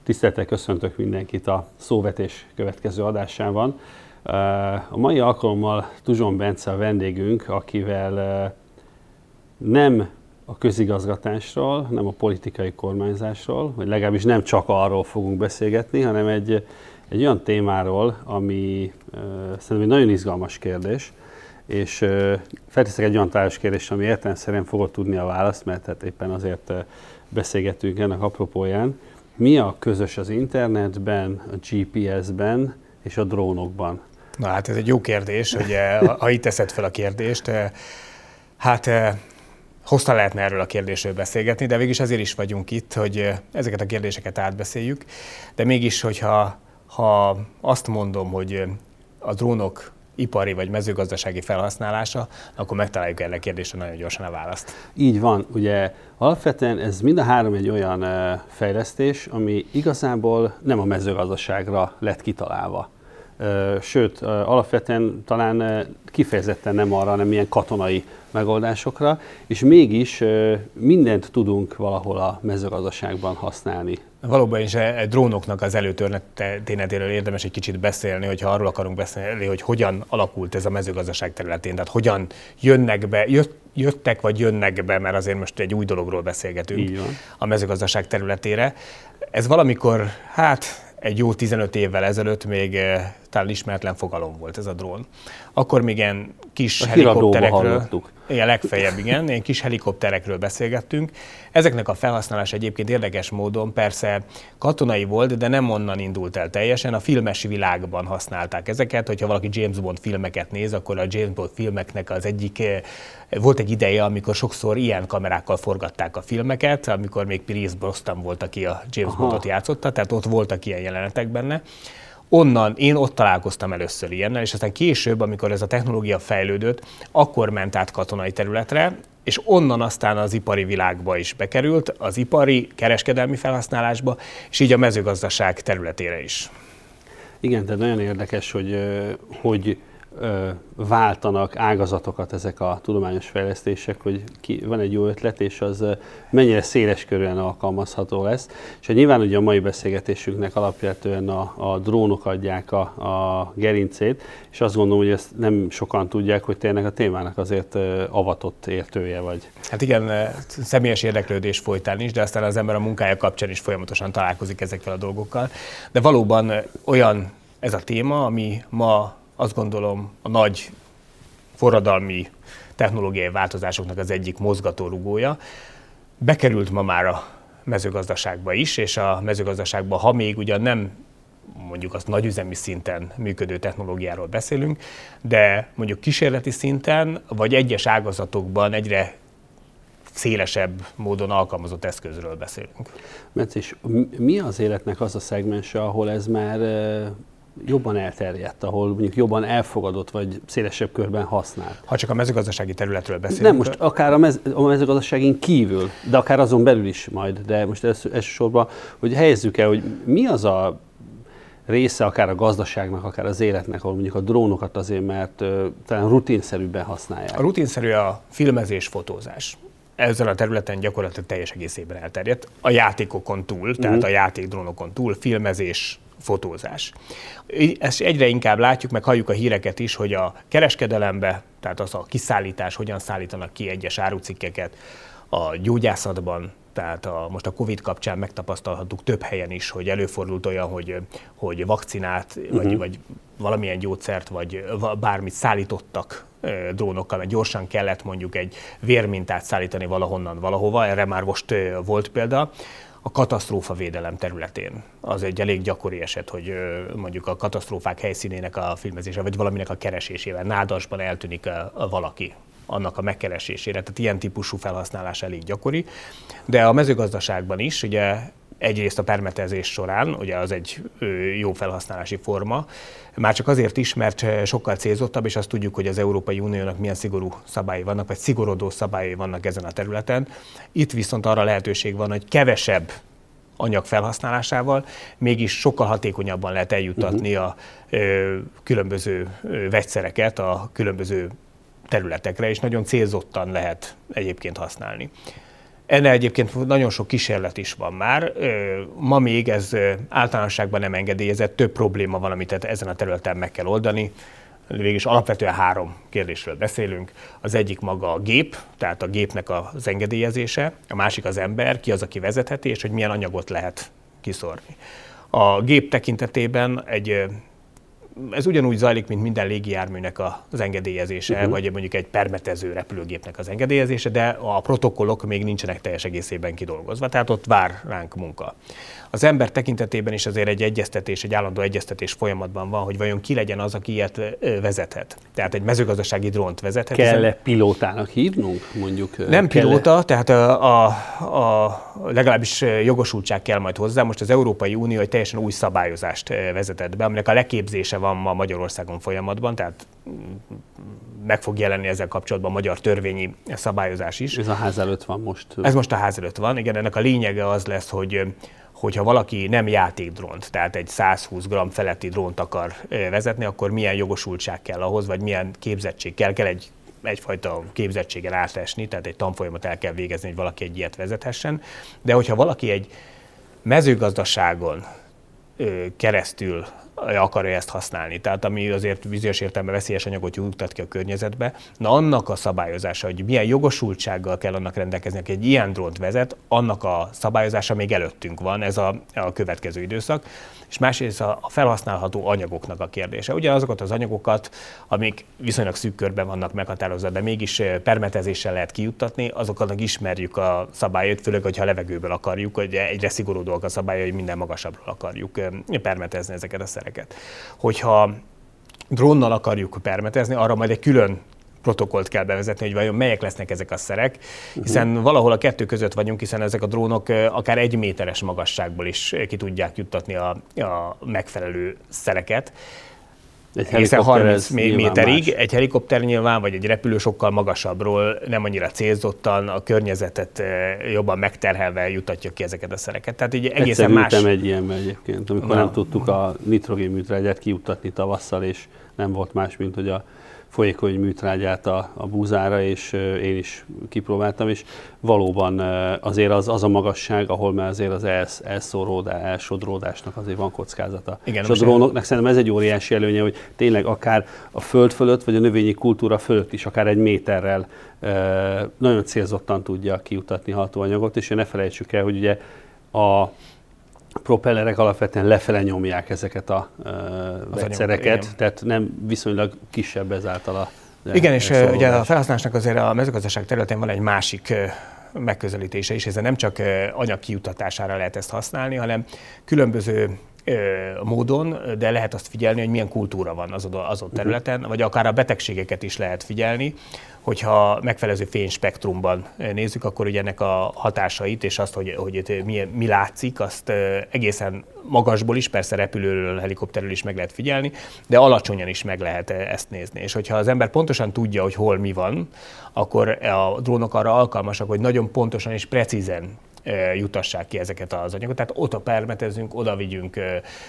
Tisztelettel köszöntök mindenkit a Szóvetés következő adásában. A mai alkalommal Tuzson Bence a vendégünk, akivel nem a közigazgatásról, nem a politikai kormányzásról, vagy legalábbis nem csak arról fogunk beszélgetni, hanem egy olyan témáról, ami szerintem egy nagyon izgalmas kérdés, és felteszek egy olyan táros kérdést, ami értelemszerűen fogod tudni a választ, mert hát éppen azért beszélgettünk ennek apropóján. Mi a közös az internetben, a GPS-ben és a drónokban? Na hát ez egy jó kérdés, ugye, ha itt teszed fel a kérdést. Hát hosszan lehetne erről a kérdésről beszélgetni, de végülis azért is vagyunk itt, hogy ezeket a kérdéseket átbeszéljük. De mégis, hogyha azt mondom, hogy a drónok ipari vagy mezőgazdasági felhasználása, akkor megtaláljuk erre a kérdésre nagyon gyorsan a választ. Így van, ugye alapvetően ez mind a három egy olyan fejlesztés, ami igazából nem a mezőgazdaságra lett kitalálva. Sőt, alapvetően talán kifejezetten nem arra, hanem ilyen katonai megoldásokra, és mégis mindent tudunk valahol a mezőgazdaságban használni. Valóban is a drónoknak az előtörténetéről érdemes egy kicsit beszélni, hogyha arról akarunk beszélni, hogy hogyan alakult ez a mezőgazdaság területén, tehát hogyan jöttek vagy jönnek be, mert azért most egy új dologról beszélgetünk a mezőgazdaság területére. Ez valamikor, egy jó 15 évvel ezelőtt még talán ismeretlen fogalom volt ez a drón. Akkor még ilyen kis helikopterekről, legfeljebb ilyen kis helikopterekről beszélgettünk. Ezeknek a felhasználása egyébként érdekes módon persze katonai volt, de nem onnan indult el teljesen. A filmes világban használták ezeket. Hogyha valaki James Bond filmeket néz, akkor a James Bond filmeknek az egyik volt egy ideje, amikor sokszor ilyen kamerákkal forgatták a filmeket, amikor még Pierce Brosnan volt, aki a James Bondot játszotta, tehát ott voltak ilyen jelenetek benne. Én ott találkoztam először ilyennel, és aztán később, amikor ez a technológia fejlődött, akkor ment át katonai területre, és onnan aztán az ipari világba is bekerült, az ipari, kereskedelmi felhasználásba, és így a mezőgazdaság területére is. Igen, de nagyon érdekes, hogy váltanak ágazatokat ezek a tudományos fejlesztések, hogy van egy jó ötlet, és az mennyire széleskörűen alkalmazható lesz. És nyilván ugye a mai beszélgetésünknek alapvetően a drónok adják a gerincét, és azt gondolom, hogy ezt nem sokan tudják, hogy te ennek a témának azért avatott értője vagy. Hát igen, személyes érdeklődés folytán is, de aztán az ember a munkája kapcsán is folyamatosan találkozik ezekkel a dolgokkal. De valóban olyan ez a téma, ami ma azt gondolom a nagy forradalmi technológiai változásoknak az egyik mozgatórugója. Bekerült ma már a mezőgazdaságba is, és a mezőgazdaságban, ha még ugyan nem mondjuk azt nagyüzemi szinten működő technológiáról beszélünk, de mondjuk kísérleti szinten, vagy egyes ágazatokban egyre szélesebb módon alkalmazott eszközről beszélünk. Bence, és mi az életnek az a szegmense, ahol ez már jobban elterjedt, ahol mondjuk jobban elfogadott, vagy szélesebb körben használt? Ha csak a mezőgazdasági területről beszélünk. Nem, most akár a mezőgazdaságin kívül, de akár azon belül is majd, de most elsősorban, hogy helyezzük el, hogy mi az a része akár a gazdaságnak, akár az életnek, ahol mondjuk a drónokat azért, mert talán rutinszerűbben használják. A rutinszerű a filmezés, fotózás. Ezen a területen gyakorlatilag teljes egészében elterjedt. A játékokon túl, tehát a játékdrónokon túl, filmezés, fotózás. Ezt egyre inkább látjuk, meg halljuk a híreket is, hogy a kereskedelembe, tehát az a kiszállítás, hogyan szállítanak ki egyes árucikkeket, a gyógyászatban, tehát most a Covid kapcsán megtapasztalhattuk több helyen is, hogy előfordult olyan, hogy vakcinát, vagy valamilyen gyógyszert, vagy bármit szállítottak drónokkal, mert gyorsan kellett mondjuk egy vérmintát szállítani valahonnan valahova, erre már most volt példa. A katasztrófavédelem területén az egy elég gyakori eset, hogy mondjuk a katasztrófák helyszínének a filmezése, vagy valaminek a keresésével nádasban eltűnik valaki annak a megkeresésére, tehát ilyen típusú felhasználás elég gyakori. De a mezőgazdaságban is, ugye egyrészt a permetezés során, ugye az egy jó felhasználási forma, már csak azért is, mert sokkal célzottabb, és azt tudjuk, hogy az Európai Uniónak milyen szigorú szabályi vannak, vagy szigorodó szabályai vannak ezen a területen. Itt viszont arra lehetőség van, hogy kevesebb anyag felhasználásával mégis sokkal hatékonyabban lehet eljuttatni a különböző vegyszereket a különböző területekre, és nagyon célzottan lehet egyébként használni. Ennél egyébként nagyon sok kísérlet is van már. Ma még ez általánosságban nem engedélyezett, több probléma van, amit ezen a területen meg kell oldani. Végülis alapvetően 3 kérdésről beszélünk. Az egyik maga a gép, tehát a gépnek az engedélyezése, a másik az ember, ki az, aki vezetheti, és hogy milyen anyagot lehet kiszórni. A gép tekintetében ez ugyanúgy zajlik, mint minden légijárműnek az engedélyezése, vagy mondjuk egy permetező repülőgépnek az engedélyezése, de a protokollok még nincsenek teljes egészében kidolgozva, tehát ott vár ránk munka. Az ember tekintetében is azért egy állandó egyeztetés folyamatban van, hogy vajon ki legyen az, aki ilyet vezethet. Tehát egy mezőgazdasági drónt vezethet. Kell-e pilótának hívnunk, mondjuk? Nem pilóta, tehát legalábbis jogosultság kell majd hozzá. Most az Európai Unió egy teljesen új szabályozást vezetett be, aminek a leképzése van ma Magyarországon folyamatban, tehát meg fog jelenni ezzel kapcsolatban a magyar törvényi szabályozás is. Ez a ház előtt van most? Ez most a ház előtt van, igen, ennek a lényege az lesz, hogyha valaki nem játékdrónt, tehát egy 120 g feletti drónt akar vezetni, akkor milyen jogosultság kell ahhoz, vagy milyen képzettség kell egyfajta képzettségen átesni, tehát egy tanfolyamat el kell végezni, hogy valaki egy ilyet vezethessen. De hogyha valaki egy mezőgazdaságon keresztül akarja ezt használni, tehát ami azért bizonyos értelemben veszélyes anyagot juttat ki a környezetbe, na annak a szabályozása, hogy milyen jogosultsággal kell annak rendelkezni, aki egy ilyen drónt vezet, annak a szabályozása még előttünk van, ez a következő időszak. És másrészt a felhasználható anyagoknak a kérdése. Ugyanazokat az anyagokat, amik viszonylag szűk körben vannak meghatározva, de mégis permetezéssel lehet kijuttatni, azoknak ismerjük a szabályait, főleg, hogyha a levegőből akarjuk, hogy egyre szigorúbbak a szabályai, hogy minden magasabbról akarjuk permetezni ezeket a szereket. Hogyha drónnal akarjuk permetezni, arra majd egy külön protokollt kell bevezetni, hogy vajon melyek lesznek ezek a szerek, hiszen valahol a kettő között vagyunk, hiszen ezek a drónok akár 1 méteres magasságból is ki tudják juttatni a megfelelő szereket. Egészen 30 méterig, egy helikopter nyilván, vagy egy repülő sokkal magasabbról, nem annyira célzottan, a környezetet jobban megterhelve jutatja ki ezeket a szereket. Tehát így egészen más. Egyszer egy ilyenbe egyébként, amikor nem tudtuk a nitrogénműtrágyát kijuttatni tavasszal, és nem volt más, mint hogy a folyékony műtrágyát a búzára, és én is kipróbáltam, és valóban azért az a magasság, ahol már azért az elsodródásnak azért van kockázata. Igen, és a drónoknak szerintem ez egy óriási előnye, hogy tényleg akár a föld fölött, vagy a növényi kultúra fölött is, akár 1 méterrel nagyon célzottan tudja kijutatni hatóanyagot, és ne felejtsük el, hogy ugye a propellerek alapvetően lefele nyomják ezeket a vegyszereket, tehát nem viszonylag kisebb ezáltal a... Igen, és ugye a felhasználásnak azért a mezőgazdaság területén van egy másik megközelítése is, hiszen nem csak anyag kijutatására lehet ezt használni, hanem különböző módon, de lehet azt figyelni, hogy milyen kultúra van az adott területen, vagy akár a betegségeket is lehet figyelni, hogyha megfelelő fényspektrumban nézzük, akkor ugye ennek a hatásait és azt, hogy itt mi látszik, azt egészen magasból is, persze repülőről, helikopterről is meg lehet figyelni, de alacsonyan is meg lehet ezt nézni. És hogyha az ember pontosan tudja, hogy hol mi van, akkor a drónok arra alkalmasak, hogy nagyon pontosan és precízen jutassák ki ezeket az anyagokat. Tehát oda permetezünk, oda vigyünk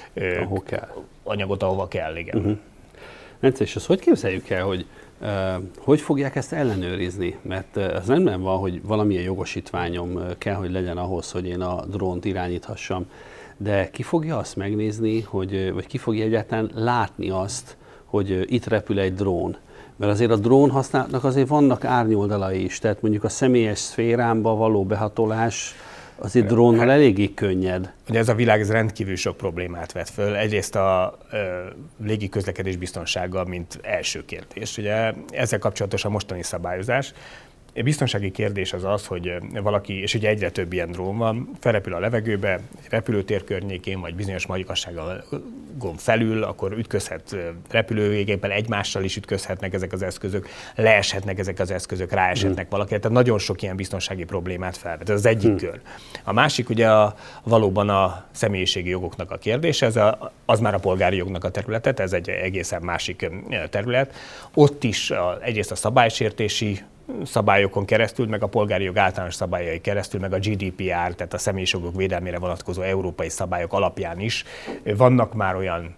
anyagot, ahova kell, igen. Bence, és azt hogy képzeljük el, hogy fogják ezt ellenőrizni? Mert az nem van, hogy valamilyen jogosítványom kell, hogy legyen ahhoz, hogy én a drónt irányíthassam, de ki fogja azt megnézni, vagy ki fogja egyáltalán látni azt, hogy itt repül egy drón? Mert azért a drón használatnak azért vannak árnyoldalai is, tehát mondjuk a személyes szférámba való behatolás azért drónnal eléggé könnyed. Ugye ez a világ rendkívül sok problémát vet föl. Egyrészt a légi közlekedés biztonsága, mint első kérdés. Ugye ezzel kapcsolatos a mostani szabályozás. A biztonsági kérdés az, hogy valaki, és ugye egyre több ilyen drón van, felrepül a levegőbe, egy repülőtér környékén, vagy bizonyos magasságon felül, akkor ütközhet repülőgéppel, egymással is ütközhetnek ezek az eszközök, leeshetnek ezek az eszközök, ráeshetnek valakire, tehát nagyon sok ilyen biztonsági problémát felvet. Ez az egyik kör. A másik ugye valóban a személyiségi jogoknak a kérdése, az már a polgári jognak a területe, ez egy egészen másik terület. Ott is egyrészt a szabálysértési szabályokon keresztül, meg a polgári jog általános szabályai keresztül, meg a GDPR, tehát a személyi jogok védelmére vonatkozó európai szabályok alapján is vannak már olyan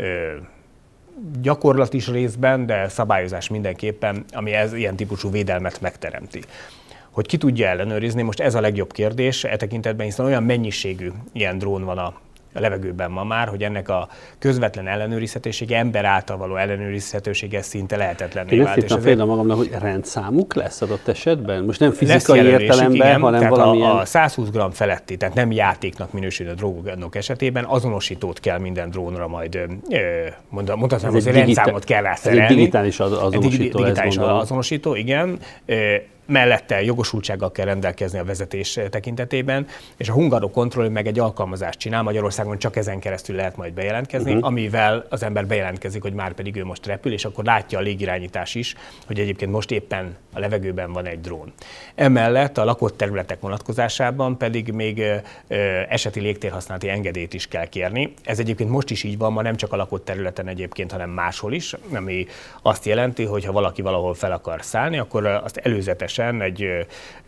gyakorlat is részben, de szabályozás mindenképpen, ami ilyen típusú védelmet megteremti. Hogy ki tudja ellenőrizni, most ez a legjobb kérdés e tekintetben, hiszen olyan mennyiségű ilyen drón van a levegőben ma már, hogy ennek a közvetlen ellenőrizhetősége, ember által való ellenőrizhetősége szinte lehetetlenné vált. Én azt például magamnak, hogy rendszámuk lesz adott esetben? Most nem fizikai értelemben, hanem valamilyen... A 120 g feletti, tehát nem játéknak minősülő drónok esetében azonosítót kell minden drónra majd, mondhatnám, hogy rendszámot kell rá szerelni. Ez egy digitális azonosító. Digitális azonosító, igen. Mellette jogosultsággal kell rendelkezni a vezetés tekintetében, és a Hungarocontrol meg egy alkalmazást csinál, Magyarországon csak ezen keresztül lehet majd bejelentkezni, amivel az ember bejelentkezik, hogy már pedig ő most repül, és akkor látja a légirányítás is, hogy egyébként most éppen a levegőben van egy drón. Emellett a lakott területek vonatkozásában pedig még eseti légtérhasználati engedélyt is kell kérni. Ez egyébként most is így van, ma nem csak a lakott területen egyébként, hanem máshol is, ami azt jelenti, hogy ha valaki valahol fel akar szállni, akkor azt előzetesen egy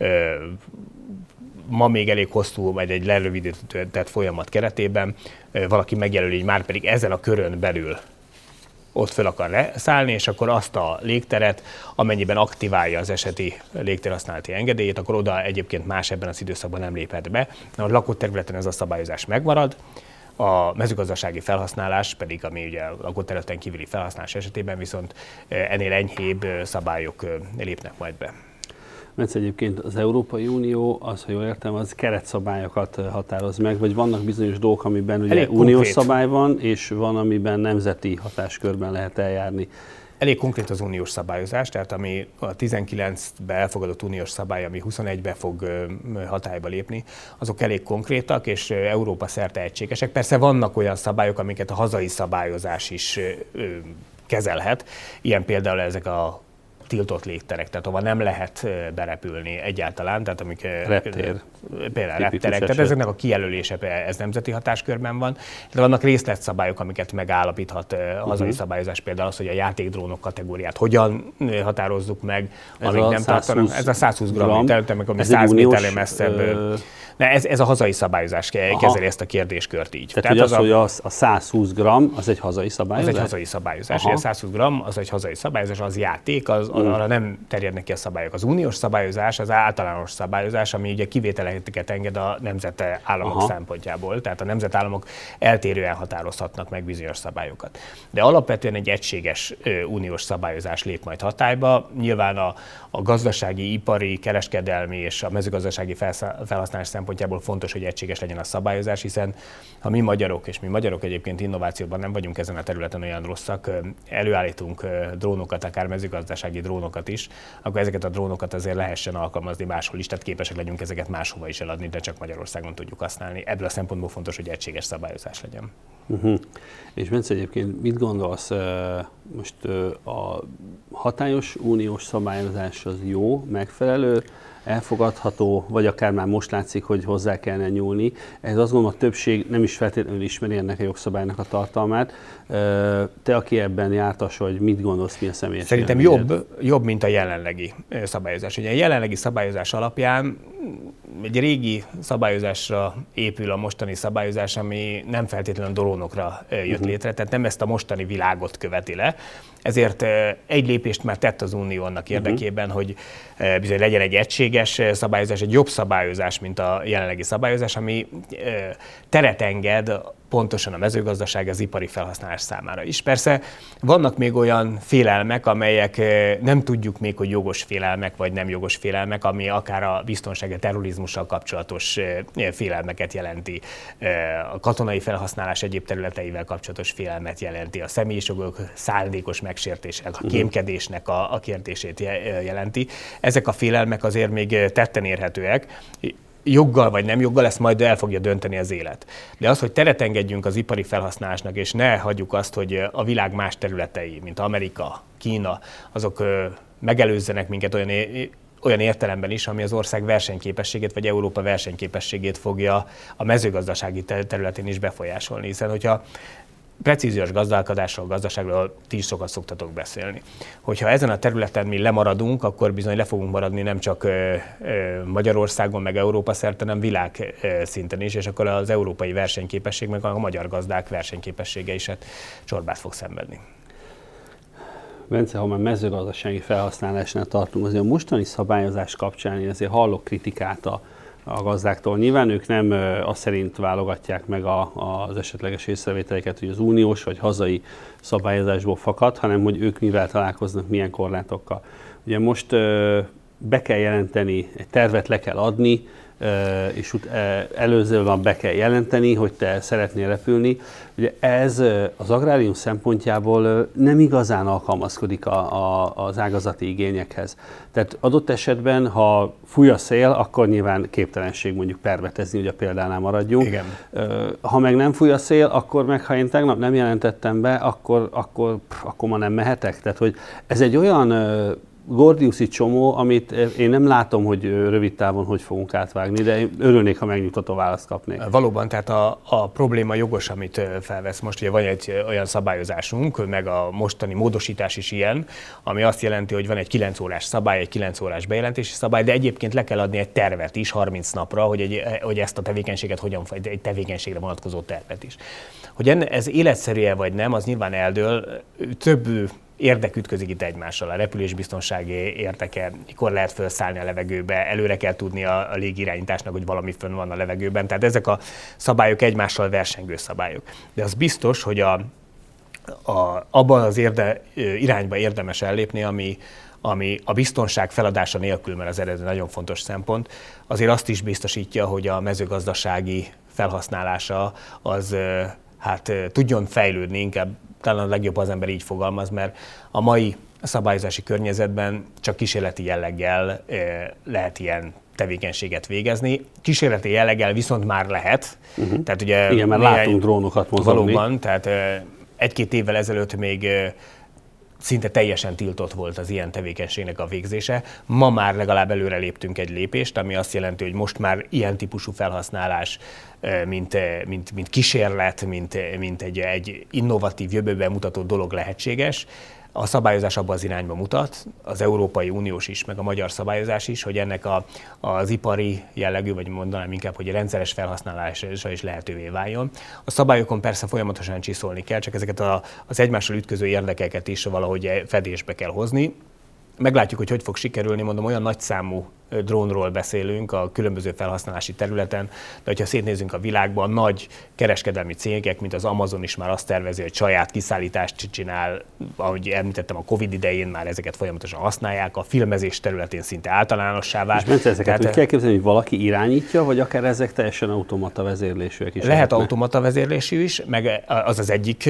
ma még elég hosszú, vagy egy lerövidített folyamat keretében valaki megjelöli, hogy már pedig ezen a körön belül ott fel akar leszállni, és akkor azt a légteret, amennyiben aktiválja az eseti légtérhasználati engedélyét, akkor oda egyébként más ebben az időszakban nem léphet be. A lakott területen ez a szabályozás megmarad, a mezőgazdasági felhasználás pedig, ami ugye a lakott területen kívüli felhasználás esetében viszont ennél enyhébb szabályok lépnek majd be. Mert egyébként az Európai Unió, az, ha jól értem, az keretszabályokat határoz meg, vagy vannak bizonyos dolgok, amiben ugye uniós szabály van, és van, amiben nemzeti hatáskörben lehet eljárni. Elég konkrét az uniós szabályozás, tehát ami a 19-ben elfogadott uniós szabály, ami 21-ben fog hatályba lépni, azok elég konkrétak, és Európa szerte egységesek. Persze vannak olyan szabályok, amiket a hazai szabályozás is kezelhet, ilyen például ezek a tiltott légterek, tehát ahol nem lehet berepülni egyáltalán, tehát amik például repterek, tehát ezeknek a kijelölése ez nemzeti hatáskörben van, de vannak részletszabályok, amiket megállapíthat a hazai szabályozás, például az, hogy a játékdrónok kategóriát hogyan határozzuk meg, amíg nem tartanak. Ez a 120 g, tehát ami 100 méternél messzebb. Ez a hazai szabályozás kezeli ezt a kérdéskört így. Tehát az, hogy a 120 g, az egy hazai szabályozás? Az egy hazai szabályozás. A 120 g az egy hazai szabályozás, az játék, arra nem terjednek ki a szabályok. Az uniós szabályozás az általános szabályozás, ami ugye kivételeket enged a nemzetállamok szempontjából. Tehát a nemzetállamok eltérően határozhatnak meg bizonyos szabályokat. De alapvetően egy egységes uniós szabályozás lép majd hatályba. Nyilván a gazdasági, ipari, kereskedelmi és a mezőgazdasági felhasználás szempontjából fontos, hogy egységes legyen a szabályozás, hiszen ha mi magyarok, és mi magyarok egyébként innovációban nem vagyunk ezen a területen olyan rosszak, előállítunk drónokat, akár mezőgazdasági drónokat is, akkor ezeket a drónokat azért lehessen alkalmazni máshol is, tehát képesek legyünk ezeket máshova is eladni, de csak Magyarországon tudjuk használni. Ebből a szempontból fontos, hogy egységes szabályozás legyen. És Bence, egyébként mit gondolsz, most a hatályos uniós szabályozás az jó, megfelelő, elfogadható, vagy akár már most látszik, hogy hozzá kellene nyúlni. Ez azt gondolom, a többség nem is feltétlenül ismeri ennek a jogszabálynak a tartalmát. Te, aki ebben jártas, hogy mit gondolsz, mi a személyes Szerintem jobb, mint a jelenlegi szabályozás. Ugye a jelenlegi szabályozás alapján egy régi szabályozásra épül a mostani szabályozás, ami nem feltétlenül drónokra jött létre, tehát nem ezt a mostani világot követi le. Ezért egy lépést már tett az Unió annak érdekében, hogy bizony legyen egy egységes szabályozás, egy jobb szabályozás, mint a jelenlegi szabályozás, ami teret enged pontosan a mezőgazdaság, az ipari felhasználás számára is. Persze vannak még olyan félelmek, amelyek nem tudjuk még, hogy jogos félelmek, vagy nem jogos félelmek, ami akár a biztonság, a terrorizmussal kapcsolatos félelmeket jelenti, a katonai felhasználás egyéb területeivel kapcsolatos félelmet jelenti, a személyis jogok szándékos megsértése, a kémkedésnek a kérdését jelenti. Ezek a félelmek azért még tetten érhetőek. Joggal vagy nem joggal, ezt majd el fogja dönteni az élet. De az, hogy teret engedjünk az ipari felhasználásnak, és ne hagyjuk azt, hogy a világ más területei, mint Amerika, Kína, azok megelőzzenek minket olyan értelemben is, ami az ország versenyképességét, vagy Európa versenyképességét fogja a mezőgazdasági területén is befolyásolni. Hiszen, hogyha precíziós gazdálkodásról, gazdaságról ti is sokat szoktatok beszélni. Hogyha ezen a területen mi lemaradunk, akkor bizony le fogunk maradni nem csak Magyarországon, meg Európa szerte, hanem világ szinten is, és akkor az európai versenyképesség, meg a magyar gazdák versenyképessége is csorbát fog szenvedni. Bence, ha már mezőgazdasági felhasználásnál tartunk, azért a mostani szabályozás kapcsán én azért hallok kritikát a gazdáktól. Nyilván ők nem azt szerint válogatják meg az esetleges észrevételeiket, hogy az uniós vagy hazai szabályozásból fakad, hanem hogy ők mivel találkoznak, milyen korlátokkal. Ugye most be kell jelenteni, egy tervet le kell adni, és előzőleg be kell jelenteni, hogy te szeretnél repülni. Ugye ez az agrárium szempontjából nem igazán alkalmazkodik az ágazati igényekhez. Tehát adott esetben, ha fúj a szél, akkor nyilván képtelenség mondjuk perbetezni, hogy a példánál maradjunk. Igen. Ha meg nem fúj a szél, akkor meg ha én tegnap nem jelentettem be, akkor ma nem mehetek. Tehát, hogy ez egy olyan gordiuszi csomó, amit én nem látom, hogy rövid távon hogy fogunk átvágni, de én örülnék, ha megnyugtató választ kapnék. Valóban, tehát a probléma jogos, amit felvesz most. Ugye van egy olyan szabályozásunk, meg a mostani módosítás is ilyen, ami azt jelenti, hogy van egy 9 órás szabály, egy 9 órás bejelentési szabály, de egyébként le kell adni egy tervet is 30 napra, hogy ezt a tevékenységet egy tevékenységre vonatkozó tervet is. Hogy ez életszerű-e vagy nem, az nyilván eldől. Több érdek ütközik itt egymással, a repülésbiztonsági érdeke, mikor lehet felszállni a levegőbe, előre kell tudni a légirányításnak, hogy valami fönn van a levegőben. Tehát ezek a szabályok egymással versengő szabályok. De az biztos, hogy abban az irányba érdemes ellépni, ami a biztonság feladása nélkül, mert az eredeti nagyon fontos szempont, azért azt is biztosítja, hogy a mezőgazdasági felhasználása az tudjon fejlődni, inkább talán a legjobb az ember így fogalmaz, mert a mai szabályozási környezetben csak kísérleti jelleggel lehet ilyen tevékenységet végezni. Kísérleti jelleggel viszont már lehet. Tehát ugye igen, mert látunk drónokat mozogni. Valóban, tehát 1-2 évvel ezelőtt még szinte teljesen tiltott volt az ilyen tevékenységnek a végzése. Ma már legalább előre léptünk egy lépést, ami azt jelenti, hogy most már ilyen típusú felhasználás, mint kísérlet, mint egy innovatív, jövőben mutató dolog lehetséges. A szabályozás abban az irányba mutat, az Európai Uniós is, meg a magyar szabályozás is, hogy ennek az ipari jellegű, vagy mondanám inkább, hogy rendszeres felhasználása is lehetővé váljon. A szabályokon persze folyamatosan csiszolni kell, csak ezeket az egymással ütköző érdekeket is valahogy fedésbe kell hozni. Meglátjuk, hogy fog sikerülni, mondom, olyan nagyszámú drónról beszélünk a különböző felhasználási területen, de hogyha szétnézünk a világban, nagy kereskedelmi cégek, mint az Amazon is már azt tervezi, hogy saját kiszállítást csinál, ahogy említettem, a Covid idején már ezeket folyamatosan használják, a filmezés területén szinte általánossá vált. És Bence, ezeket úgy kell képzelni, hogy valaki irányítja, vagy akár ezek teljesen automata vezérlésűek is? Lehet automata vezérlésű is, meg az egyik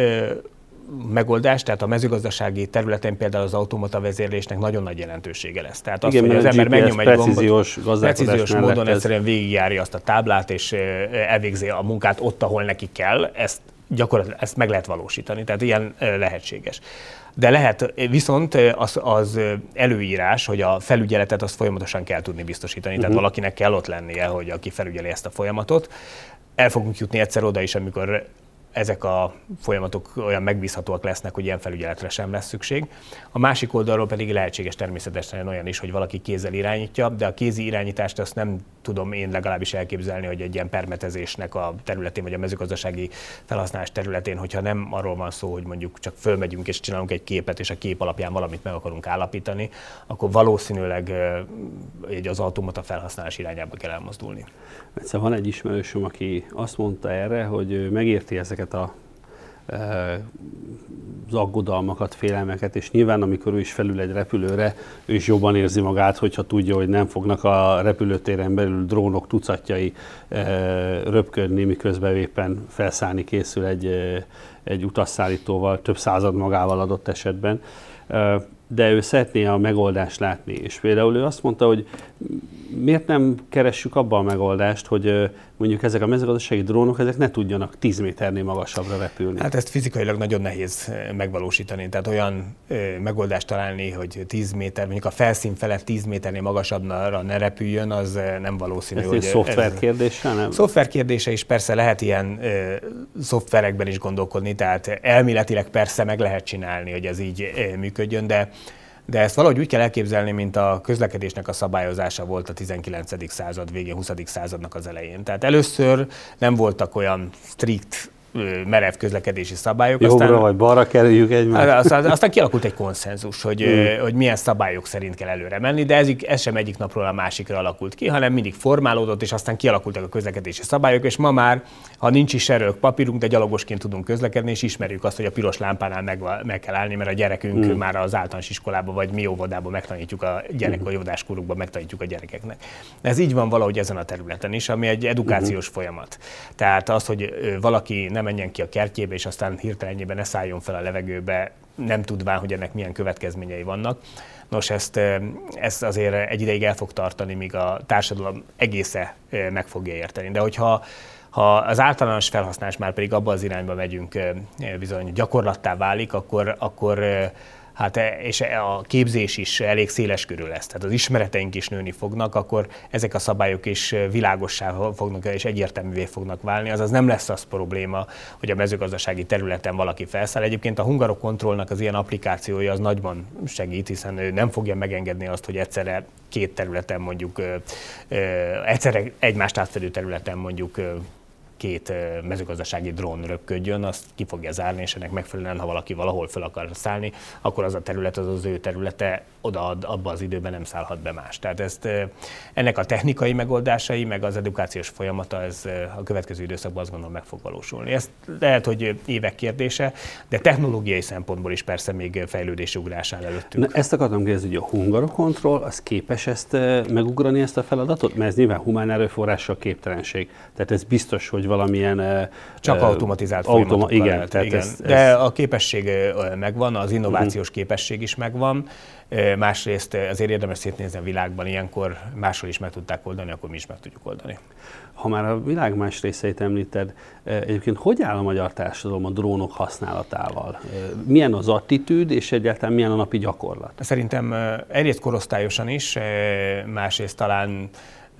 megoldás, tehát a mezőgazdasági területen például az automata vezérlésnek nagyon nagy jelentősége lesz. Tehát az, hogy az ember megnyom egy gombot, precíziós módon egyszerűen végigjárja azt a táblát, és elvégzi a munkát ott, ahol neki kell, gyakorlatilag ezt meg lehet valósítani, tehát ilyen lehetséges. De lehet, viszont az előírás, hogy a felügyeletet azt folyamatosan kell tudni biztosítani, tehát valakinek kell ott lennie, hogy aki felügyeli ezt a folyamatot. El fogunk jutni egyszer oda is, amikor ezek a folyamatok olyan megbízhatóak lesznek, hogy ilyen felügyeletre sem lesz szükség. A másik oldalról pedig lehetséges természetesen olyan is, hogy valaki kézzel irányítja, de a kézi irányítást azt nem tudom én legalábbis elképzelni, hogy egy ilyen permetezésnek a területén, vagy a mezőgazdasági felhasználás területén, hogyha nem arról van szó, hogy mondjuk csak fölmegyünk és csinálunk egy képet, és a kép alapján valamit meg akarunk állapítani, akkor valószínűleg az automata felhasználás irányába kell elmozdulni. Egyszer van egy ismerősöm, aki azt mondta erre, hogy megérti ezeket az aggodalmakat, félelmeket, és nyilván amikor ő is felül egy repülőre, ő is jobban érzi magát, hogyha tudja, hogy nem fognak a repülőtéren belül drónok tucatjai röpködni, miközben éppen felszállni készül egy utasszállítóval, több század magával adott esetben. De ő szeretné a megoldást látni. És például ő azt mondta, hogy miért nem keressük abban a megoldást, hogy mondjuk ezek a mezőgazdasági drónok ezek ne tudjanak 10 méternél magasabbra repülni. Hát ezt fizikailag nagyon nehéz megvalósítani. Tehát olyan megoldást találni, hogy 10 méter, mondjuk a felszín felett 10 méternél magasabbra ne repüljön, az nem valószínű. Ez egy szoftver kérdése, nem? Szoftver kérdése is, persze lehet ilyen szoftverekben is gondolkodni, tehát elméletileg persze meg lehet csinálni, hogy ez így működjön, de ezt valahogy úgy kell elképzelni, mint a közlekedésnek a szabályozása volt a 19. század végén, 20. századnak az elején. Tehát először nem voltak olyan strikt merev közlekedési szabályok. Jobbra vagy balra kerüljük egymást. Aztán kialakult egy konszenzus, hogy milyen szabályok szerint kell előre menni, de ez sem egyik napról a másikra alakult ki, hanem mindig formálódott, és aztán kialakultak a közlekedési szabályok, és ma már, ha nincs is erről papírunk, de gyalogosként tudunk közlekedni, és ismerjük azt, hogy a piros lámpánál meg kell állni, mert a gyerekünk már az általános iskolában, vagy mi óvodában megtanítjuk a vagy óvodáskorukban megtanítjuk a gyerekeknek. Ez így van valahogy ezen a területen is, ami egy edukációs folyamat. Tehát az, hogy valaki nem menjen ki a kertjébe, és aztán hirtelenjében ne szálljon fel a levegőbe, nem tudván, hogy ennek milyen következményei vannak. Nos, ezt azért egy ideig el fog tartani, míg a társadalom egésze meg fogja érteni. De hogyha az általános felhasználás már pedig abba az irányba megyünk, bizony gyakorlattá válik, akkor hát és a képzés is elég széles körű lesz, tehát az ismereteink is nőni fognak, akkor ezek a szabályok is világossá fognak és egyértelművé fognak válni. Azaz nem lesz az probléma, hogy a mezőgazdasági területen valaki felszáll. Egyébként a Hungarokontrollnak az ilyen applikációja az nagyban segít, hiszen ő nem fogja megengedni azt, hogy egyszerre két területen mondjuk, egyszerre egymást átfedő területen mondjuk két mezőgazdasági drón röpködjön, azt ki fogja zárni, és ennek megfelelően, ha valaki valahol fel akar szállni, akkor az a terület az ő területe, abban az időben nem szállhat be más. Tehát ennek a technikai megoldásai, meg az edukációs folyamata, ez a következő időszakban azt gondolom meg fog valósulni. Ez lehet, hogy évek kérdése, de technológiai szempontból is persze még fejlődési ugrás áll előttünk. Na, ezt akartam kérdezni, hogy a Hungarokontroll az képes ezt megugrani, ezt a feladatot? Mert ez nyilván humán erőforrással képtelenség. Tehát ez biztos, hogy valamilyen... Csak automatizált folyamatokkal igen, lehet. tehát Igen. Ez... De a képesség megvan, az innovációs képesség is megvan. Másrészt azért érdemes szétnézni a világban, ilyenkor máshol is meg tudták oldani, akkor mi is meg tudjuk oldani. Ha már a világ más részeit említed, egyébként hogy áll a magyar társadalom a drónok használatával? Milyen az attitűd, és egyáltalán milyen a napi gyakorlat? Szerintem egyrészt korosztályosan is, másrészt talán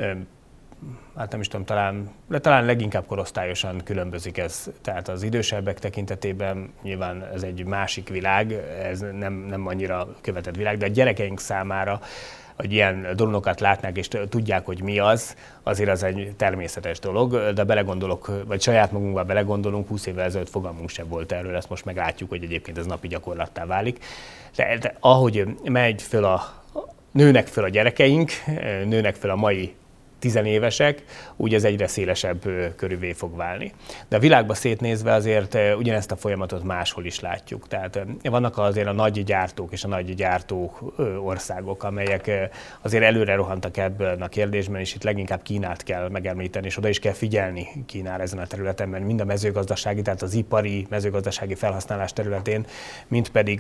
hát nem is tudom, talán leginkább korosztályosan különbözik ez. Tehát az idősebbek tekintetében nyilván ez egy másik világ, ez nem annyira követett világ, de a gyerekeink számára, hogy ilyen drónokat látnák és tudják, hogy mi az, azért az egy természetes dolog, de belegondolok, vagy saját magunkba belegondolunk, 20 évvel ezelőtt fogalmunk sem volt erről, ezt most meglátjuk, hogy egyébként ez napi gyakorlattá válik. De ahogy nőnek föl a gyerekeink, nőnek föl a mai tizenévesek, úgy ez egyre szélesebb körülvé fog válni. De a világba szétnézve azért ugyanezt a folyamatot máshol is látjuk. Tehát vannak azért a nagy gyártók és a nagy gyártó országok, amelyek azért előre rohantak ebben a kérdésben, és itt leginkább Kínát kell megemlíteni, és oda is kell figyelni Kínára ezen a területen, mert mind a mezőgazdasági, tehát az ipari mezőgazdasági felhasználás területén, mint pedig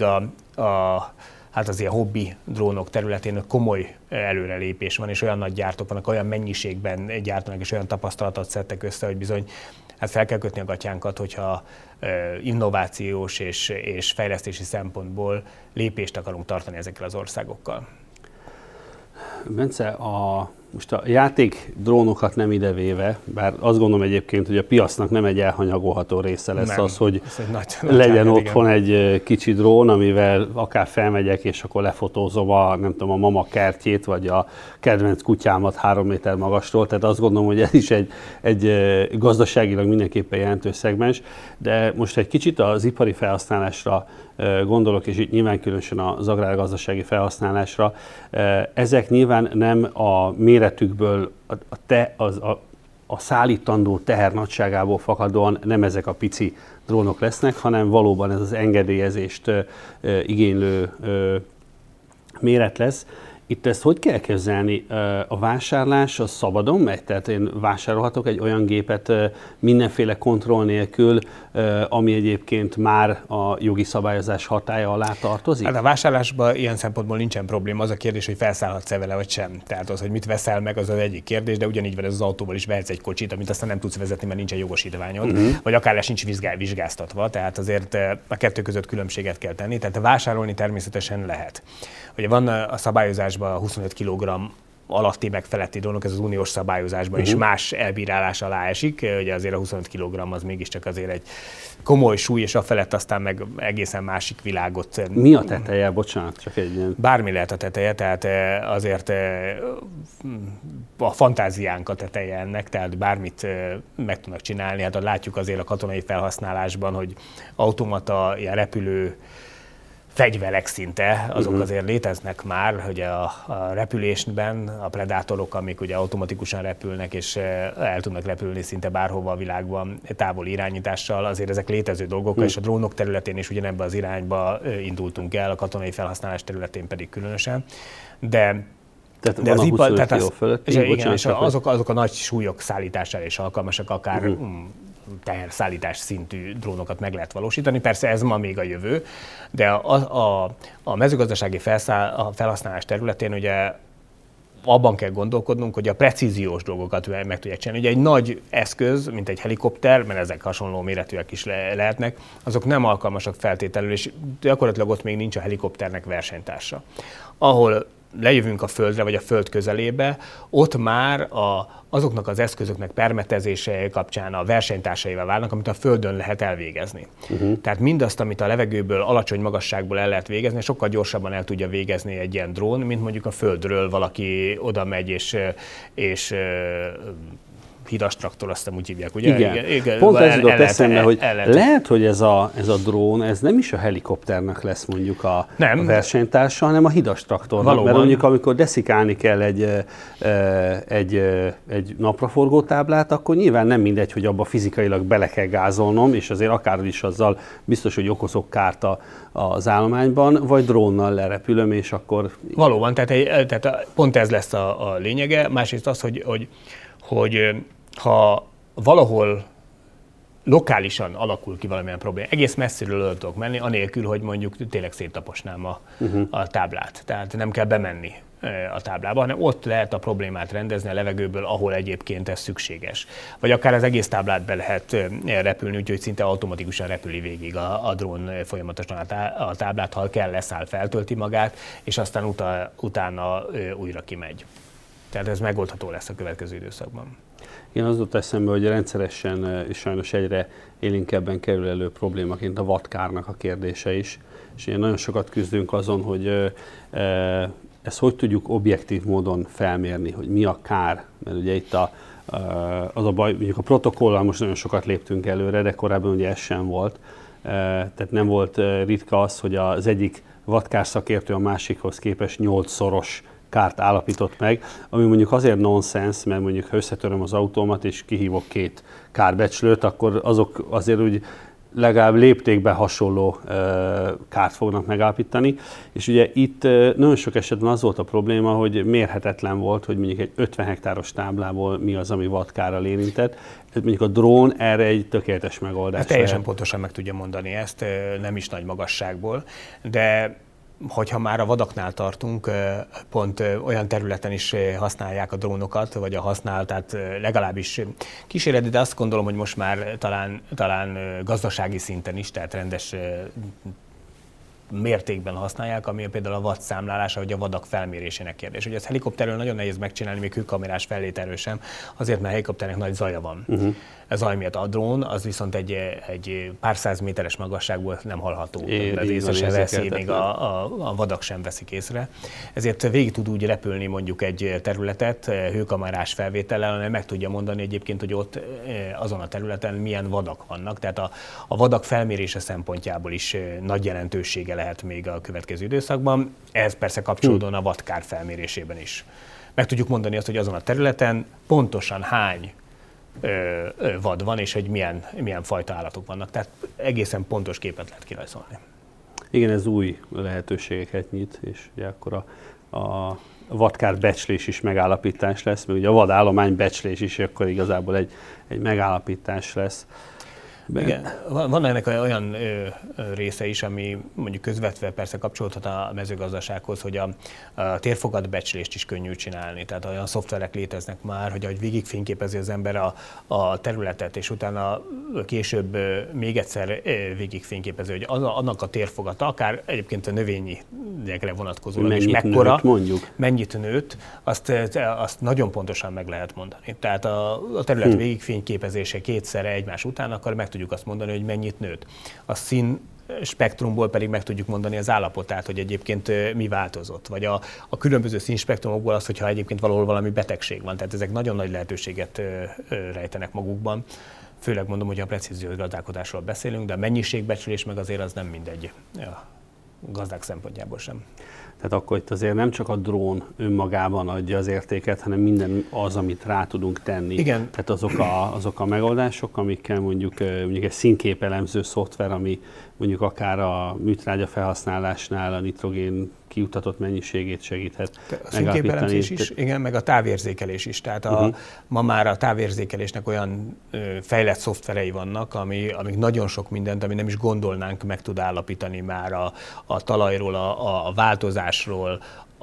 hát az ilyen hobbi drónok területén komoly előrelépés van, és olyan nagy gyártók vannak, olyan mennyiségben gyártanak, és olyan tapasztalatot szedtek össze, hogy bizony hát fel kell kötni a gatyánkat, hogyha innovációs és fejlesztési szempontból lépést akarunk tartani ezekkel az országokkal. Bence, most a játék drónokat nem idevéve, bár azt gondolom egyébként, hogy a piacnak nem egy elhanyagolható része lesz nem, az, hogy legyen otthon egy kicsi drón, amivel akár felmegyek, és akkor lefotózom a mama kertjét, vagy a kedvenc kutyámat 3 méter magastól. Tehát azt gondolom, hogy ez is egy gazdaságilag mindenképpen jelentős szegmens. De most egy kicsit az ipari felhasználásra gondolok, és itt nyilván különösen az agrárgazdasági felhasználásra. Ezek nyilván nem a méretükből, a szállítandó teher nagyságából fakadóan nem ezek a pici drónok lesznek, hanem valóban ez az engedélyezést igénylő méret lesz. Itt ezt hogy kell kezelni? A vásárlás az szabadon megy? Tehát én vásárolhatok egy olyan gépet mindenféle kontroll nélkül, ami egyébként már a jogi szabályozás hatálya alá tartozik? Hát a vásárlásban ilyen szempontból nincsen probléma. Az a kérdés, hogy felszállhatsz-e vele vagy sem. Tehát az, hogy mit veszel meg, az az egyik kérdés, de ugyanígy van ez az autóval is, vehetsz egy kocsit, amit aztán nem tudsz vezetni, mert nincsen jogosítványod, vagy akár le sincs vizsgáztatva. Tehát azért a kettő között különbséget kell tenni. Tehát vásárolni természetesen lehet. Ugye van a szabályozásban 25 kg alatti meg feletti drónok, ez az uniós szabályozásban is más elbírálás alá esik. Ugye azért a 25 kg az mégiscsak azért egy komoly súly, és a felett aztán meg egészen másik világot. Mi a teteje? Bocsánat, csak egy ilyen. Bármi lehet a teteje, tehát azért a fantáziánk a teteje ennek, tehát bármit meg tudnak csinálni. Hát látjuk azért a katonai felhasználásban, hogy automata, ilyen repülő fegyverek szinte, azok azért léteznek már, hogy a repülésben a predátorok, amik ugye automatikusan repülnek, és el tudnak repülni szinte bárhova a világban távoli irányítással, azért ezek létező dolgok, és a drónok területén is ugyanebben az irányba indultunk el, a katonai felhasználás területén pedig különösen. De az ipar, és azok a nagy súlyok szállítására is alkalmasak, akár teherszállítás szintű drónokat meg lehet valósítani. Persze ez ma még a jövő, de a mezőgazdasági felhasználás területén ugye abban kell gondolkodnunk, hogy a precíziós dolgokat meg tudják csinálni. Ugye egy nagy eszköz, mint egy helikopter, mert ezek hasonló méretűek is lehetnek, azok nem alkalmasak feltételül, és gyakorlatilag ott még nincs a helikopternek versenytársa. Ahol lejövünk a Földre, vagy a Föld közelébe, ott már azoknak az eszközöknek permetezése kapcsán a versenytársaival válnak, amit a Földön lehet elvégezni. Tehát mindazt, amit a levegőből, alacsony magasságból el lehet végezni, sokkal gyorsabban el tudja végezni egy ilyen drón, mint mondjuk a Földről valaki oda megy és hidas traktor, azt úgy hívják, ugye? Igen. Pont ez jutott eszembe, hogy lehet, hogy ez a drón, ez nem is a helikopternek lesz mondjuk a versenytársa, hanem a hidas traktornak. Valóban. Mert mondjuk amikor deszikálni kell egy napraforgó táblát, akkor nyilván nem mindegy, hogy abba fizikailag bele kell gázolnom, és azért akár is azzal biztos, hogy okozok kárt az állományban, vagy drónnal lerepülöm, és akkor... Valóban, tehát pont ez lesz a lényege. Másrészt az, hogy ha valahol lokálisan alakul ki valamilyen probléma, egész messziről el tudok menni, anélkül, hogy mondjuk tényleg széttaposnám a táblát. Tehát nem kell bemenni a táblába, hanem ott lehet a problémát rendezni a levegőből, ahol egyébként ez szükséges. Vagy akár az egész táblát be lehet repülni, úgyhogy szinte automatikusan repüli végig a drón folyamatosan a táblát, ha kell, leszáll, feltölti magát, és aztán utána újra kimegy. Tehát ez megoldható lesz a következő időszakban. Én az jutott eszembe, hogy rendszeresen és sajnos egyre élénkebben kerül elő problémaként a vadkárnak a kérdése is. És én nagyon sokat küzdünk azon, hogy ezt hogy tudjuk objektív módon felmérni, hogy mi a kár. Mert ugye itt az a baj, mondjuk a protokollal most nagyon sokat léptünk előre, de korábban ugye ez sem volt. Tehát nem volt ritka az, hogy az egyik vadkár szakértő a másikhoz képest 8-szoros kárt állapított meg, ami mondjuk azért nonsens, mert mondjuk ha összetöröm az autómat és kihívok 2 kárbecslőt, akkor azok azért úgy legalább léptékben hasonló kárt fognak megállapítani. És ugye itt nagyon sok esetben az volt a probléma, hogy mérhetetlen volt, hogy mondjuk egy 50 hektáros táblából mi az, ami vadkárral érintett. Mondjuk a drón erre egy tökéletes megoldás. Hát teljesen pontosan meg tudja mondani ezt, nem is nagy magasságból, de hogyha már a vadaknál tartunk, pont olyan területen is használják a drónokat, vagy a tehát legalábbis kísérleti, de azt gondolom, hogy most már talán gazdasági szinten is, tehát rendes mértékben használják, ami például a vad számlálása, vagy a vadak felmérésének kérdés. Ugye ezt helikopterről nagyon nehéz megcsinálni, még hőkamerás felvételről sem, azért, mert a helikopternek nagy zaja van. Ez zaj miatt a drón, az viszont egy pár száz méteres magasságból nem hallható. Észre se veszi, még a vadak sem veszik észre. Ezért végig tud úgy repülni mondjuk egy területet hőkamerás felvétellel, hanem meg tudja mondani egyébként, hogy ott azon a területen milyen vadak vannak. Tehát a vadak felmérése szempontjából is nagy jelentősége lehet még a következő időszakban. Ez persze kapcsolódóan a vadkár felmérésében is. Meg tudjuk mondani azt, hogy azon a területen pontosan hány vad van, és hogy milyen fajta állatok vannak. Tehát egészen pontos képet lehet kirajzolni. Igen, ez új lehetőségeket nyit, és ugye akkor a vadkár becslés is megállapítás lesz, mert ugye a vadállomány becslés is akkor igazából egy megállapítás lesz. Igen, van ennek olyan része is, ami mondjuk közvetve persze kapcsolódhat a mezőgazdasághoz, hogy a térfogatbecslést is könnyű csinálni. Tehát olyan szoftverek léteznek már, hogy ahogy végigfényképezi az ember a területet, és utána később még egyszer végigfényképezi, hogy annak a térfogata, akár egyébként a növényekre vonatkozólag is mekkora, mennyit nőtt, azt nagyon pontosan meg lehet mondani. Tehát a terület végigfényképezése kétszer egymás után, akkor meg tudjuk azt mondani, hogy mennyit nőtt. A szín spektrumból pedig meg tudjuk mondani az állapotát, hogy egyébként mi változott. Vagy a különböző színspektrumokból az, hogyha egyébként valahol valami betegség van. Tehát ezek nagyon nagy lehetőséget rejtenek magukban. Főleg mondom, hogy a precíziós gazdálkodásról beszélünk, de a mennyiségbecsülés meg azért az nem mindegy a gazdák szempontjából sem. Tehát akkor itt azért nem csak a drón önmagában adja az értéket, hanem minden az, amit rá tudunk tenni. Igen. Tehát azok a megoldások, amikkel mondjuk egy színképelemző szoftver, ami mondjuk akár a műtrágya felhasználásnál a nitrogén kijutatott mennyiségét segíthet. A színképelemzés is, igen, meg a távérzékelés is. Tehát ma már a távérzékelésnek olyan fejlett szoftverei vannak, amik nagyon sok mindent, ami nem is gondolnánk, meg tud állapítani már a talajról, a változásról,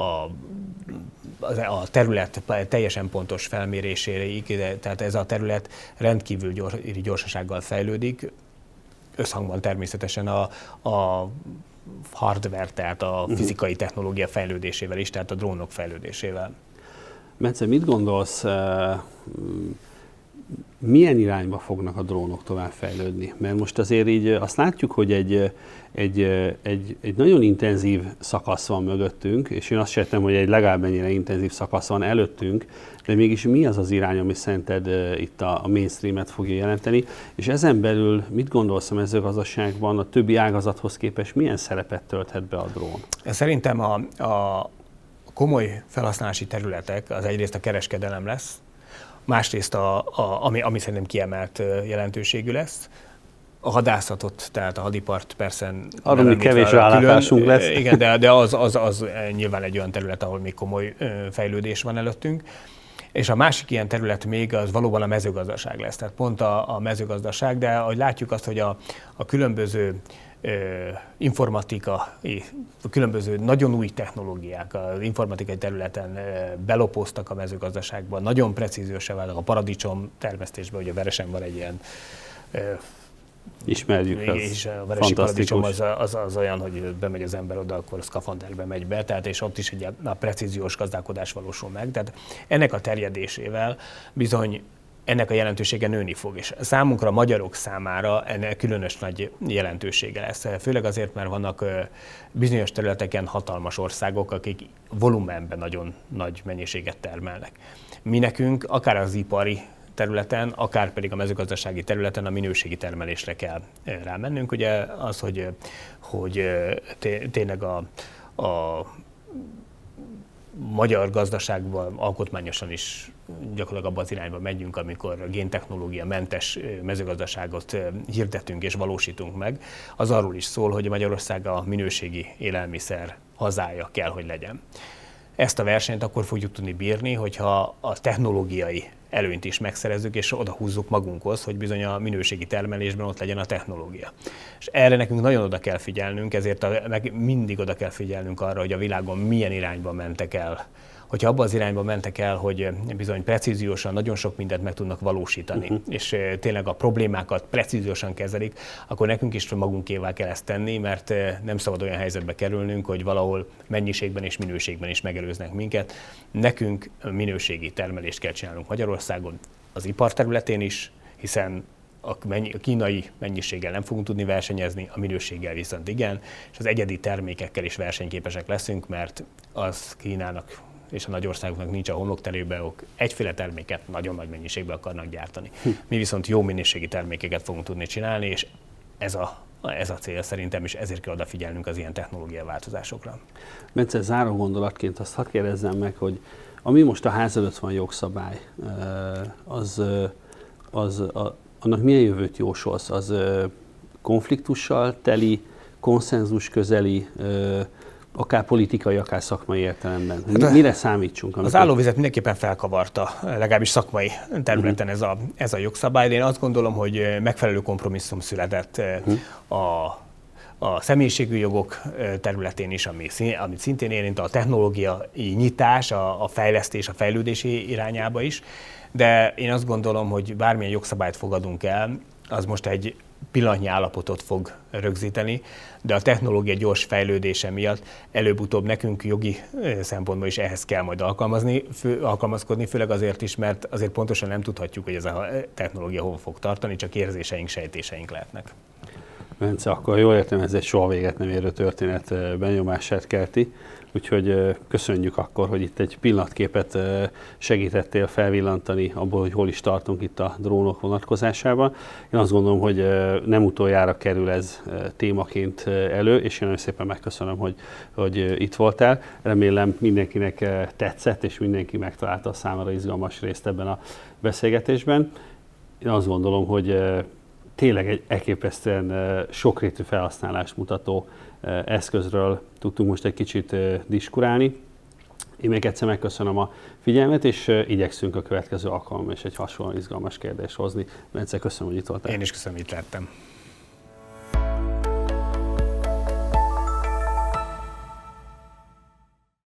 a terület teljesen pontos felméréséig, tehát ez a terület rendkívül gyorsasággal fejlődik, összhangban természetesen a hardware, tehát a fizikai technológia fejlődésével is, tehát a drónok fejlődésével. Bence, mit gondolsz, milyen irányba fognak a drónok tovább fejlődni? Mert most azért így azt látjuk, hogy egy nagyon intenzív szakasz van mögöttünk, és én azt sejtem, hogy egy legalább ennyire intenzív szakasz van előttünk, de mégis mi az az irány, ami szerinted itt a mainstreamet fogja jelenteni, és ezen belül mit gondolsz a mezőgazdaságban, a többi ágazathoz képest milyen szerepet tölthet be a drón? Szerintem a komoly felhasználási területek az egyrészt a kereskedelem lesz, másrészt ami szerintem kiemelt jelentőségű lesz, a hadászatot, tehát a hadipart persze... Arról még kevés rálátásunk lesz. Igen, de az nyilván egy olyan terület, ahol még komoly fejlődés van előttünk. És a másik ilyen terület még az valóban a mezőgazdaság lesz. Tehát pont a mezőgazdaság, de ahogy látjuk azt, hogy a különböző informatikai, a különböző nagyon új technológiák az informatikai területen belopóztak a mezőgazdaságban, nagyon precíziósá váltak a paradicsom termesztésben, ugye a Veresen van egy ilyen ismerjük, és a veresi paradicsom az olyan, hogy bemegy az ember oda, akkor a szkafanderbe megy be, tehát és ott is egy a precíziós gazdálkodás valósul meg. Tehát ennek a terjedésével bizony ennek a jelentősége nőni fog, és számunkra, a magyarok számára ennek különös nagy jelentősége lesz. Főleg azért, mert vannak bizonyos területeken hatalmas országok, akik volumenben nagyon nagy mennyiséget termelnek. Mi nekünk, akár az ipari területen, akár pedig a mezőgazdasági területen a minőségi termelésre kell rámennünk. Ugye az, hogy tényleg a magyar gazdaságban alkotmányosan is gyakorlatilag abban az irányba megyünk, amikor a géntechnológia mentes mezőgazdaságot hirdetünk és valósítunk meg, az arról is szól, hogy Magyarország a minőségi élelmiszer hazája kell, hogy legyen. Ezt a versenyt akkor fogjuk tudni bírni, hogyha a technológiai előnyt is megszerezzük, és oda húzzuk magunkhoz, hogy bizony a minőségi termelésben ott legyen a technológia. És erre nekünk nagyon oda kell figyelnünk, ezért mindig oda kell figyelnünk arra, hogy a világon milyen irányba mentek el. Hogyha abba az irányba mentek el, hogy bizony precíziósan nagyon sok mindent meg tudnak valósítani, és tényleg a problémákat precíziósan kezelik, akkor nekünk is magunkévá kell ezt tenni, mert nem szabad olyan helyzetbe kerülnünk, hogy valahol mennyiségben és minőségben is megelőznek minket. Nekünk minőségi termelést kell csinálnunk Magyarországon, az iparterületén is, hiszen a kínai mennyiséggel nem fogunk tudni versenyezni, a minőséggel viszont igen, és az egyedi termékekkel is versenyképesek leszünk, mert az Kínának és a nagy országoknak nincs a homlokterében, ők egyféle terméket nagyon nagy mennyiségben akarnak gyártani. Mi viszont jó minőségi termékeket fogunk tudni csinálni, és ez a cél szerintem, és ezért kell odafigyelnünk az ilyen technológiai változásokra. Bence, záró gondolatként azt hadd kérdezzem meg, hogy ami most a ház előtt van jogszabály, annak milyen jövőt jósolsz? Az konfliktussal teli, konszenzus közeli, Akár politikai, akár szakmai értelemben. Mire számítsunk? Az állóvizet mindenképpen felkavarta, legalábbis szakmai területen ez a jogszabály. De én azt gondolom, hogy megfelelő kompromisszum született a személyiségű jogok területén is, amit szintén érint a technológiai nyitás, a fejlesztés, a fejlődési irányába is. De én azt gondolom, hogy bármilyen jogszabályt fogadunk el, az most egy pillanatnyi állapotot fog rögzíteni, de a technológia gyors fejlődése miatt előbb-utóbb nekünk jogi szempontból is ehhez kell majd alkalmazkodni, főleg azért is, mert azért pontosan nem tudhatjuk, hogy ez a technológia hova fog tartani, csak érzéseink, sejtéseink lehetnek. Bence, akkor jól értem, ez egy soha véget nem érő történet, benyomását kelti, úgyhogy köszönjük akkor, hogy itt egy pillanatképet segítettél felvillantani abból, hogy hol is tartunk itt a drónok vonatkozásában. Én azt gondolom, hogy nem utoljára kerül ez témaként elő, és én nagyon szépen megköszönöm, hogy itt voltál. Remélem mindenkinek tetszett, és mindenki megtalálta a számára izgalmas részt ebben a beszélgetésben. Én azt gondolom, hogy tényleg egy elképesztően sokrétű felhasználást mutató eszközről tudtunk most egy kicsit diskurálni. Én még egyszer megköszönöm a figyelmet, és igyekszünk a következő alkalommal is egy hasonló izgalmas kérdést hozni. Bence, köszönöm, hogy itt voltál. Én is köszönöm, hogy itt lettem.